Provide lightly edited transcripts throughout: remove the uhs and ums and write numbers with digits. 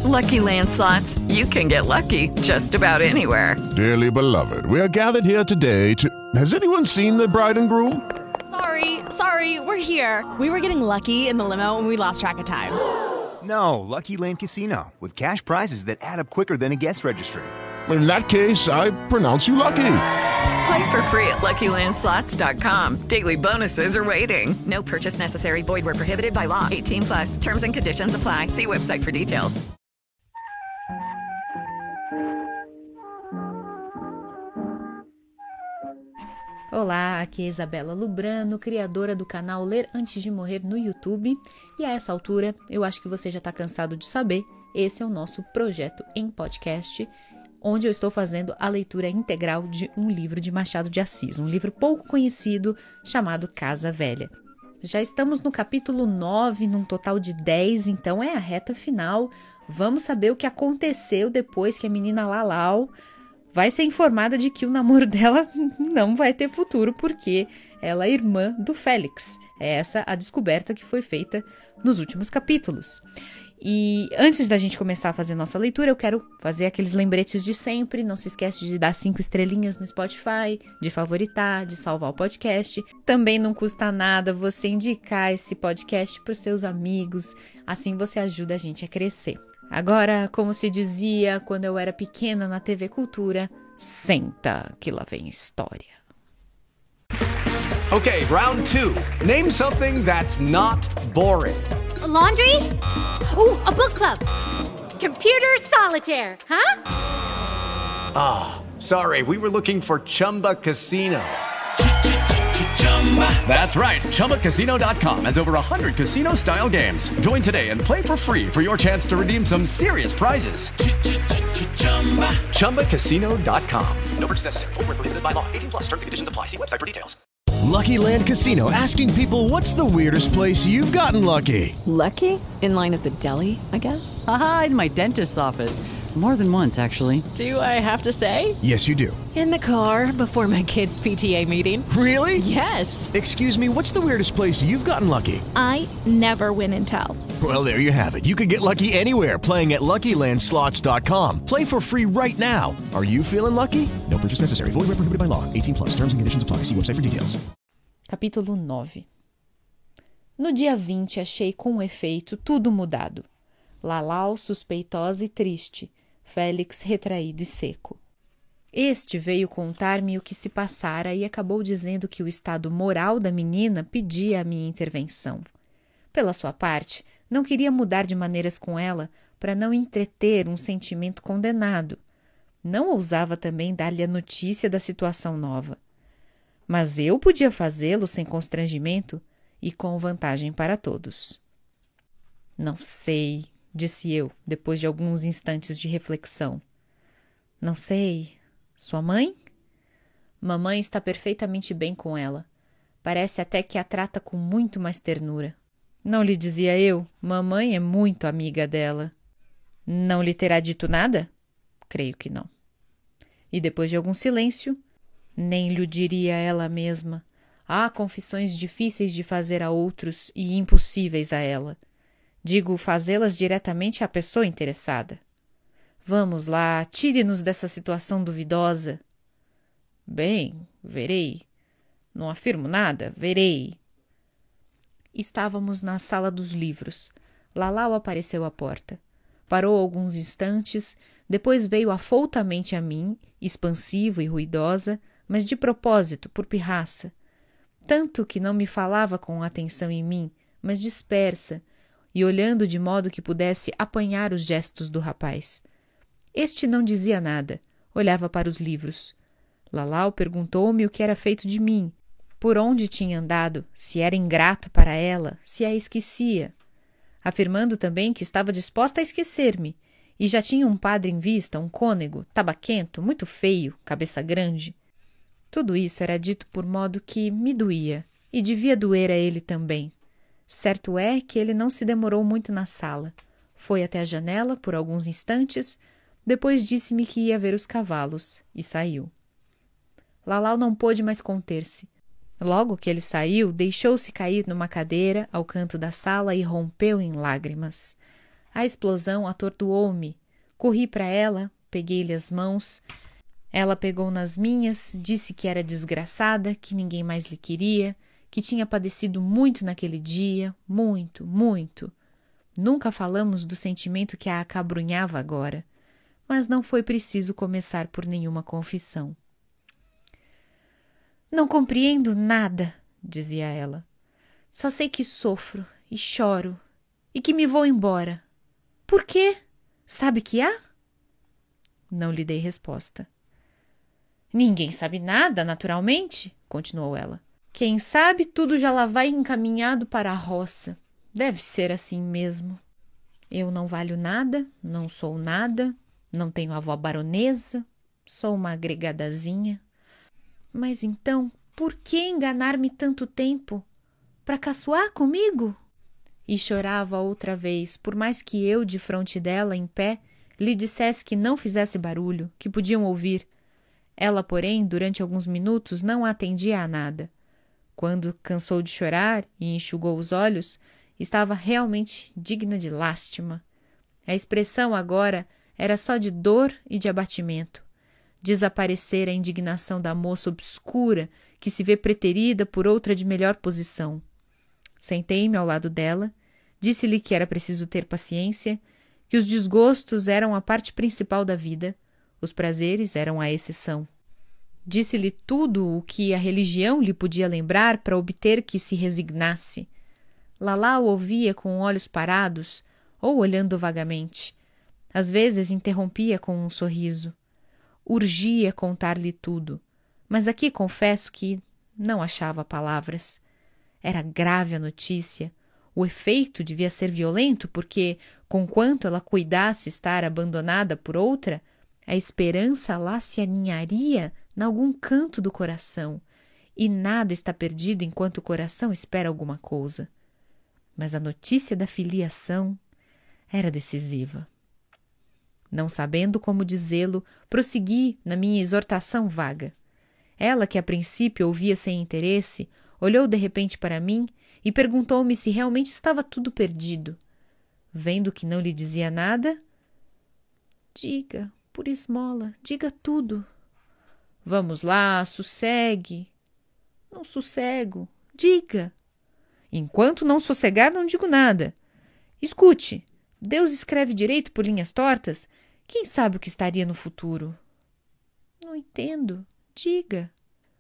Lucky Land Slots, you can get lucky just about anywhere. Dearly beloved, we are gathered here today to... Has anyone seen the bride and groom? Sorry, we're here. We were getting lucky in the limo and we lost track of time. No, Lucky Land Casino, with cash prizes that add up quicker than a guest registry. In that case, I pronounce you lucky. Play for free at LuckyLandSlots.com. Daily bonuses are waiting. No purchase necessary. Void where prohibited by law. 18+. Terms and conditions apply. See website for details. Olá, aqui é Isabela Lubrano, criadora do canal Ler Antes de Morrer no YouTube. E a essa altura, eu acho que você já está cansado de saber, esse é o nosso projeto em podcast, onde eu estou fazendo a leitura integral de um livro de Machado de Assis, um livro pouco conhecido chamado Casa Velha. Já estamos no capítulo 9, num total de 10, então é a reta final. Vamos saber o que aconteceu depois que a menina Lalau vai ser informada de que o namoro dela não vai ter futuro, porque ela é irmã do Félix. É essa a descoberta que foi feita nos últimos capítulos. E antes da gente começar a fazer nossa leitura, eu quero fazer aqueles lembretes de sempre. Não se esquece de dar 5 estrelinhas no Spotify, de favoritar, de salvar o podcast. Também não custa nada você indicar esse podcast para os seus amigos. Assim você ajuda a gente a crescer. Agora, como se dizia quando eu era pequena na TV Cultura, senta que lá vem história. Okay, round 2. Name something that's not boring. A laundry? Ooh, a book club. Computer solitaire, huh? Ah, sorry, we were looking for Chumba Casino. That's right, ChumbaCasino.com has over 100 casino-style games. Join today and play for free for your chance to redeem some serious prizes. ChumbaCasino.com. No purchase necessary. Void where prohibited by law. 18+. Terms and conditions apply. See website for details. Lucky Land Casino, asking people, what's the weirdest place you've gotten lucky? Lucky? In line at the deli, I guess? Aha, in my dentist's office. More than once, actually. Do I have to say? Yes, you do. In the car before my kids' PTA meeting. Really? Yes. Excuse me, what's the weirdest place you've gotten lucky? I never win and tell. Well, there you have it. You can get lucky anywhere, playing at LuckyLandSlots.com. Play for free right now. Are you feeling lucky? No purchase necessary. Void where prohibited by law. 18+. Terms and conditions apply. See website for details. Capítulo 9. No dia 20, achei com efeito tudo mudado. Lalau suspeitosa e triste, Félix retraído e seco. Este veio contar-me o que se passara e acabou dizendo que o estado moral da menina pedia a minha intervenção. Pela sua parte, não queria mudar de maneiras com ela para não entreter um sentimento condenado. Não ousava também dar-lhe a notícia da situação nova. Mas eu podia fazê-lo sem constrangimento e com vantagem para todos. Não sei, disse eu, depois de alguns instantes de reflexão. Não sei. Sua mãe? Mamãe está perfeitamente bem com ela. Parece até que a trata com muito mais ternura. Não lhe dizia eu, mamãe é muito amiga dela. Não lhe terá dito nada? Creio que não. E depois de algum silêncio, nem lhe diria ela mesma. Há confissões difíceis de fazer a outros e impossíveis a ela. Digo fazê-las diretamente à pessoa interessada. Vamos lá, tire-nos dessa situação duvidosa. Bem, verei. Não afirmo nada, verei. Estávamos na sala dos livros. Lalau apareceu à porta. Parou alguns instantes, depois veio afoutamamente a mim, expansiva e ruidosa, mas de propósito, por pirraça. Tanto que não me falava com atenção em mim, mas dispersa, e olhando de modo que pudesse apanhar os gestos do rapaz. Este não dizia nada, olhava para os livros. Lalau perguntou-me o que era feito de mim, por onde tinha andado, se era ingrato para ela, se a esquecia, afirmando também que estava disposta a esquecer-me, e já tinha um padre em vista, um cônego, tabaquento, muito feio, cabeça grande. Tudo isso era dito por modo que me doía, e devia doer a ele também. Certo é que ele não se demorou muito na sala. Foi até a janela por alguns instantes, depois disse-me que ia ver os cavalos, e saiu. Lalau não pôde mais conter-se. Logo que ele saiu, deixou-se cair numa cadeira ao canto da sala e rompeu em lágrimas. A explosão atordoou-me. Corri para ela, peguei-lhe as mãos. Ela pegou nas minhas, disse que era desgraçada, que ninguém mais lhe queria, que tinha padecido muito naquele dia, muito, muito. Nunca falamos do sentimento que a acabrunhava agora, mas não foi preciso começar por nenhuma confissão. Não compreendo nada, dizia ela. Só sei que sofro e choro e que me vou embora. Por quê? Sabe que há? Não lhe dei resposta. Ninguém sabe nada, naturalmente, continuou ela. Quem sabe, tudo já lá vai encaminhado para a roça. Deve ser assim mesmo. Eu não valho nada, não sou nada, não tenho avó baronesa, sou uma agregadazinha. Mas então, por que enganar-me tanto tempo? Para caçoar comigo? E chorava outra vez, por mais que eu, de fronte dela, em pé, lhe dissesse que não fizesse barulho, que podiam ouvir. Ela, porém, durante alguns minutos não atendia a nada. Quando cansou de chorar e enxugou os olhos, estava realmente digna de lástima. A expressão agora era só de dor e de abatimento. Desaparecera a indignação da moça obscura que se vê preterida por outra de melhor posição. Sentei-me ao lado dela, disse-lhe que era preciso ter paciência, que os desgostos eram a parte principal da vida, os prazeres eram a exceção. Disse-lhe tudo o que a religião lhe podia lembrar para obter que se resignasse. Lalá o ouvia com olhos parados ou olhando vagamente. Às vezes interrompia com um sorriso. Urgia contar-lhe tudo, mas aqui confesso que não achava palavras. Era grave a notícia. O efeito devia ser violento porque, conquanto ela cuidasse estar abandonada por outra, a esperança lá se aninharia em algum canto do coração, e nada está perdido enquanto o coração espera alguma coisa. Mas a notícia da filiação era decisiva. Não sabendo como dizê-lo, prossegui na minha exortação vaga. Ela, que a princípio ouvia sem interesse, olhou de repente para mim e perguntou-me se realmente estava tudo perdido. Vendo que não lhe dizia nada, diga, por esmola, diga tudo. Vamos lá, sossegue. Não sossego, diga. Enquanto não sossegar, não digo nada. Escute, Deus escreve direito por linhas tortas. Quem sabe o que estaria no futuro? Não entendo, diga.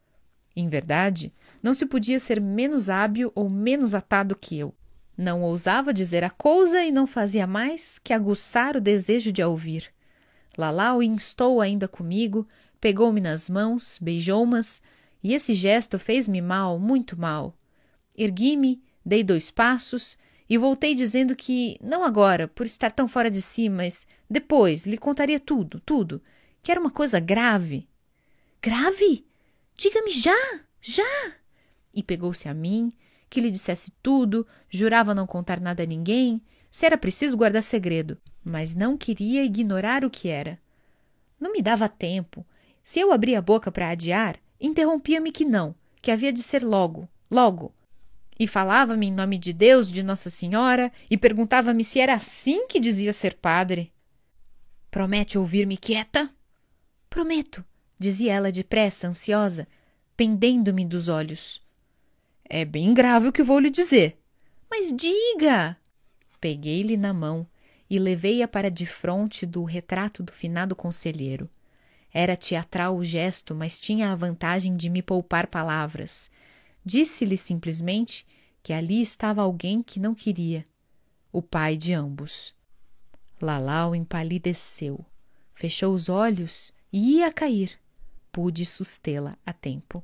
Em verdade, não se podia ser menos hábil ou menos atado que eu. Não ousava dizer a coisa e não fazia mais que aguçar o desejo de a ouvir. Lalá o instou ainda comigo, pegou-me nas mãos, beijou-mas, e esse gesto fez-me mal, muito mal. Ergui-me, dei 2 passos e voltei dizendo que, não agora, por estar tão fora de si, mas depois lhe contaria tudo, tudo, que era uma coisa grave. Grave? Diga-me já, já! E pegou-se a mim, que lhe dissesse tudo, jurava não contar nada a ninguém, se era preciso guardar segredo, mas não queria ignorar o que era. Não me dava tempo. Se eu abria a boca para adiar, interrompia-me que não, que havia de ser logo, logo. E falava-me em nome de Deus, de Nossa Senhora, e perguntava-me se era assim que dizia ser padre. Promete ouvir-me quieta? Prometo, dizia ela depressa, ansiosa, pendendo-me dos olhos. É bem grave o que vou lhe dizer. Mas diga! Peguei-lhe na mão e levei-a para defronte do retrato do finado conselheiro. Era teatral o gesto, mas tinha a vantagem de me poupar palavras. Disse-lhe simplesmente que ali estava alguém que não queria, o pai de ambos. Lalau empalideceu, fechou os olhos e ia cair. Pude sustê-la a tempo.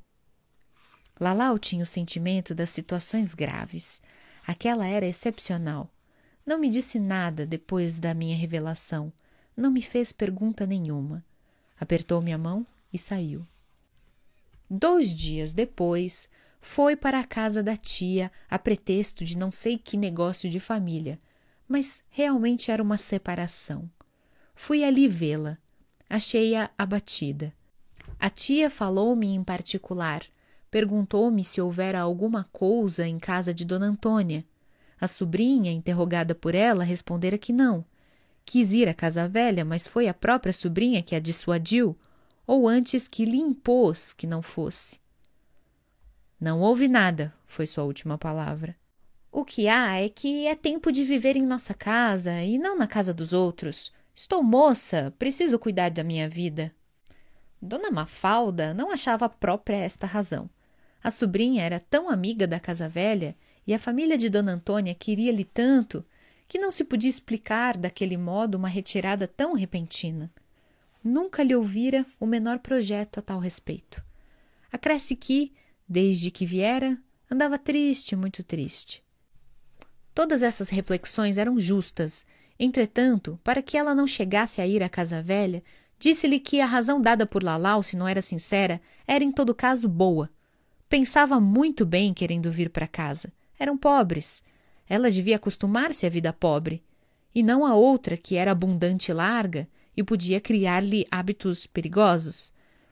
Lalau tinha o sentimento das situações graves. Aquela era excepcional. Não me disse nada depois da minha revelação. Não me fez pergunta nenhuma. Apertou-me a mão e saiu. 2 dias depois, foi para a casa da tia a pretexto de não sei que negócio de família, mas realmente era uma separação. Fui ali vê-la. Achei-a abatida. A tia falou-me em particular. Perguntou-me se houvera alguma coisa em casa de Dona Antônia. A sobrinha, interrogada por ela, respondera que não. Quis ir à casa velha, mas foi a própria sobrinha que a dissuadiu, ou antes que lhe impôs que não fosse. Não houve nada, foi sua última palavra. O que há é que é tempo de viver em nossa casa e não na casa dos outros. Estou moça, preciso cuidar da minha vida. Dona Mafalda não achava própria esta razão. A sobrinha era tão amiga da casa velha e a família de Dona Antônia queria-lhe tanto que não se podia explicar daquele modo uma retirada tão repentina. Nunca lhe ouvira o menor projeto a tal respeito. Acresce que, desde que viera, andava triste, muito triste. Todas essas reflexões eram justas. Entretanto, para que ela não chegasse a ir à casa velha, disse-lhe que a razão dada por Lalau, se não era sincera, era em todo caso boa. Pensava muito bem querendo vir para casa. Eram pobres. Ela devia acostumar-se à vida pobre, e não a outra que era abundante e larga e podia criar-lhe hábitos perigosos.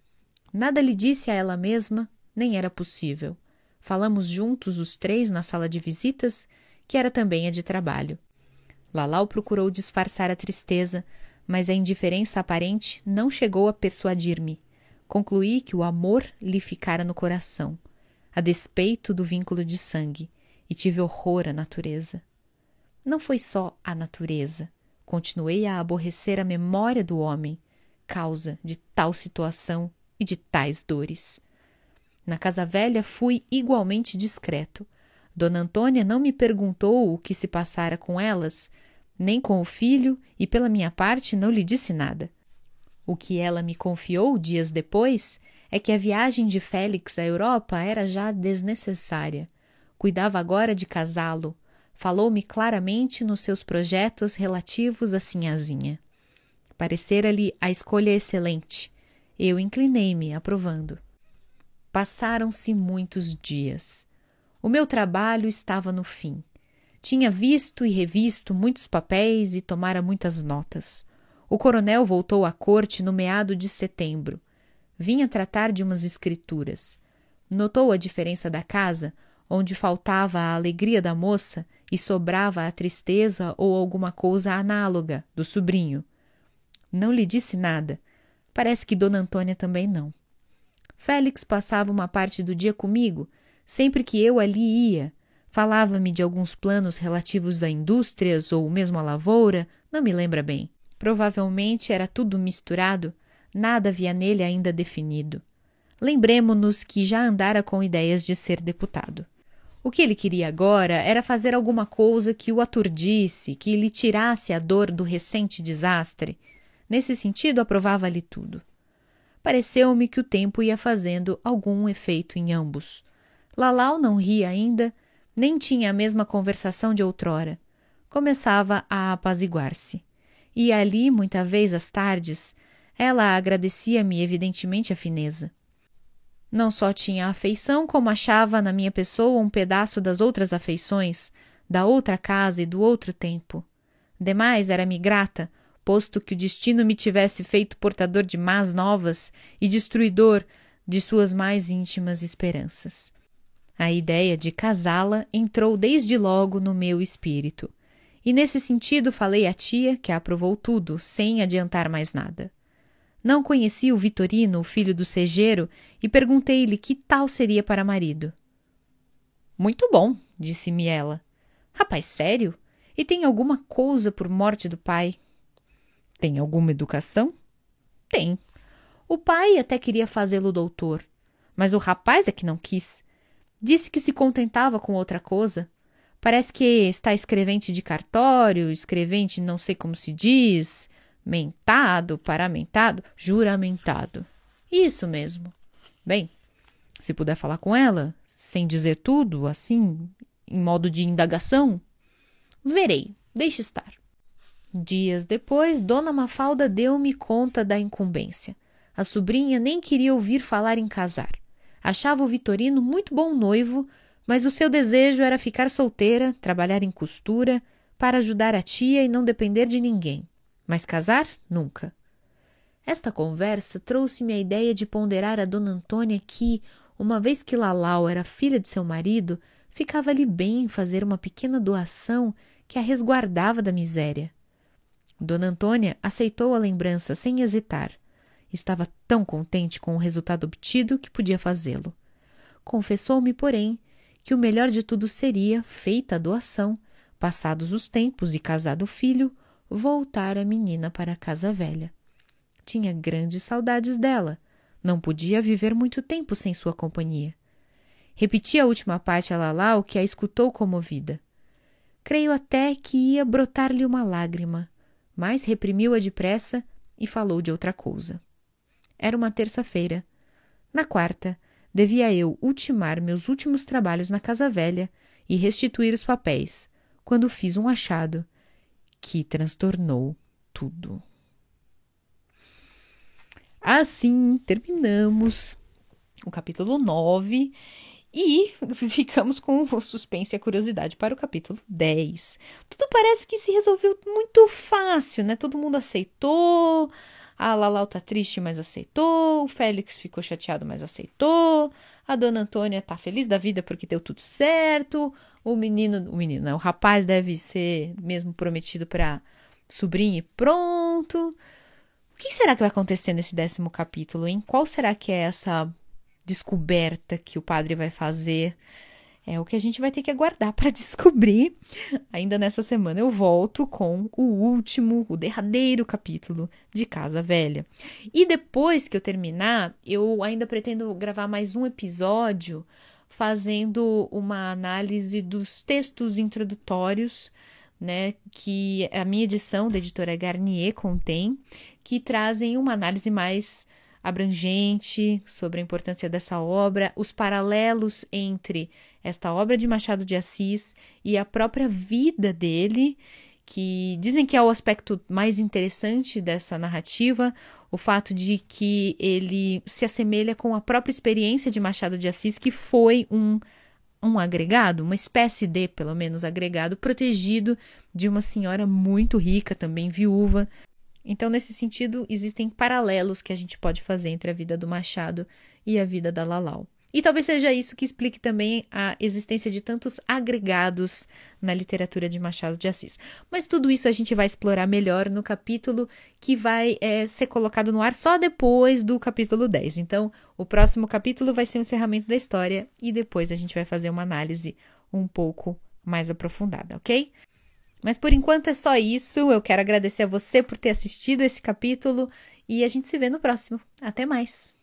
Nada lhe disse a ela mesma, nem era possível. Falamos juntos os três na sala de visitas, que era também a de trabalho. Lalau procurou disfarçar a tristeza, mas a indiferença aparente não chegou a persuadir-me. Concluí que o amor lhe ficara no coração, a despeito do vínculo de sangue, e tive horror à natureza. Não foi só a natureza. Continuei a aborrecer a memória do homem, causa de tal situação e de tais dores. Na casa velha fui igualmente discreto. Dona Antônia não me perguntou o que se passara com elas, nem com o filho, e pela minha parte não lhe disse nada. O que ela me confiou dias depois é que a viagem de Félix à Europa era já desnecessária. Cuidava agora de casá-lo. Falou-me claramente nos seus projetos relativos a Sinhazinha. Parecera-lhe a escolha excelente. Eu inclinei-me, aprovando. Passaram-se muitos dias. O meu trabalho estava no fim. Tinha visto e revisto muitos papéis e tomara muitas notas. O coronel voltou à corte no meado de setembro. Vinha tratar de umas escrituras. Notou a diferença da casa, onde faltava a alegria da moça e sobrava a tristeza ou alguma coisa análoga do sobrinho. Não lhe disse nada. Parece que Dona Antônia também não. Félix passava uma parte do dia comigo, sempre que eu ali ia. Falava-me de alguns planos relativos a indústrias ou mesmo à lavoura, não me lembra bem. Provavelmente era tudo misturado, nada havia nele ainda definido. Lembremo-nos que já andara com ideias de ser deputado. O que ele queria agora era fazer alguma coisa que o aturdisse, que lhe tirasse a dor do recente desastre. Nesse sentido, aprovava-lhe tudo. Pareceu-me que o tempo ia fazendo algum efeito em ambos. Lalau não ria ainda, nem tinha a mesma conversação de outrora. Começava a apaziguar-se. E ali, muita vez às tardes, ela agradecia-me evidentemente a fineza. Não só tinha afeição, como achava na minha pessoa um pedaço das outras afeições, da outra casa e do outro tempo. Demais era-me grata, posto que o destino me tivesse feito portador de más novas e destruidor de suas mais íntimas esperanças. A ideia de casá-la entrou desde logo no meu espírito, e nesse sentido falei à tia, que aprovou tudo, sem adiantar mais nada. Não conhecia o Vitorino, o filho do segeiro, e perguntei-lhe que tal seria para marido. Muito bom, disse-me ela. Rapaz sério? E tem alguma coisa por morte do pai? Tem alguma educação? Tem. O pai até queria fazê-lo doutor, mas o rapaz é que não quis. Disse que se contentava com outra coisa. Parece que está escrevente de cartório, escrevente não sei como se diz, mentado, paramentado, juramentado. Isso mesmo. Bem, se puder falar com ela, sem dizer tudo, assim, em modo de indagação, verei, deixe estar. Dias depois, Dona Mafalda deu-me conta da incumbência. A sobrinha nem queria ouvir falar em casar. Achava o Vitorino muito bom noivo, mas o seu desejo era ficar solteira, trabalhar em costura, para ajudar a tia e não depender de ninguém. Mas casar? Nunca. Esta conversa trouxe-me a ideia de ponderar a Dona Antônia que, uma vez que Lalau era filha de seu marido, ficava-lhe bem fazer uma pequena doação que a resguardava da miséria. Dona Antônia aceitou a lembrança sem hesitar. Estava tão contente com o resultado obtido que podia fazê-lo. Confessou-me, porém, que o melhor de tudo seria, feita a doação, passados os tempos e casado o filho, voltar a menina para a casa velha. Tinha grandes saudades dela. Não podia viver muito tempo sem sua companhia. Repeti a última parte a Lalau, que a escutou comovida. Creio até que ia brotar-lhe uma lágrima, mas reprimiu-a depressa e falou de outra coisa. Era uma terça-feira. Na quarta, devia eu ultimar meus últimos trabalhos na casa velha e restituir os papéis, quando fiz um achado que transtornou tudo. Assim, terminamos o capítulo 9 e ficamos com o suspense e a curiosidade para o capítulo 10. Tudo parece que se resolveu muito fácil, né? Todo mundo aceitou, a Lalau tá triste, mas aceitou, o Félix ficou chateado, mas aceitou, a Dona Antônia tá feliz da vida porque deu tudo certo, o rapaz deve ser mesmo prometido para sobrinho e pronto. O que será que vai acontecer nesse 10º capítulo, hein? Qual será que é essa descoberta que o padre vai fazer? É o que a gente vai ter que aguardar para descobrir. Ainda nessa semana eu volto com o derradeiro capítulo de Casa Velha. E depois que eu terminar, eu ainda pretendo gravar mais um episódio fazendo uma análise dos textos introdutórios, né, que a minha edição da editora Garnier contém, que trazem uma análise mais abrangente sobre a importância dessa obra, os paralelos entre esta obra de Machado de Assis e a própria vida dele, que dizem que é o aspecto mais interessante dessa narrativa, o fato de que ele se assemelha com a própria experiência de Machado de Assis, que foi um agregado, uma espécie de, pelo menos, agregado protegido de uma senhora muito rica, também viúva. Então, nesse sentido, existem paralelos que a gente pode fazer entre a vida do Machado e a vida da Lalau. E talvez seja isso que explique também a existência de tantos agregados na literatura de Machado de Assis. Mas tudo isso a gente vai explorar melhor no capítulo que vai ser colocado no ar só depois do capítulo 10. Então, o próximo capítulo vai ser o encerramento da história e depois a gente vai fazer uma análise um pouco mais aprofundada, ok? Mas por enquanto é só isso. Eu quero agradecer a você por ter assistido esse capítulo e a gente se vê no próximo. Até mais!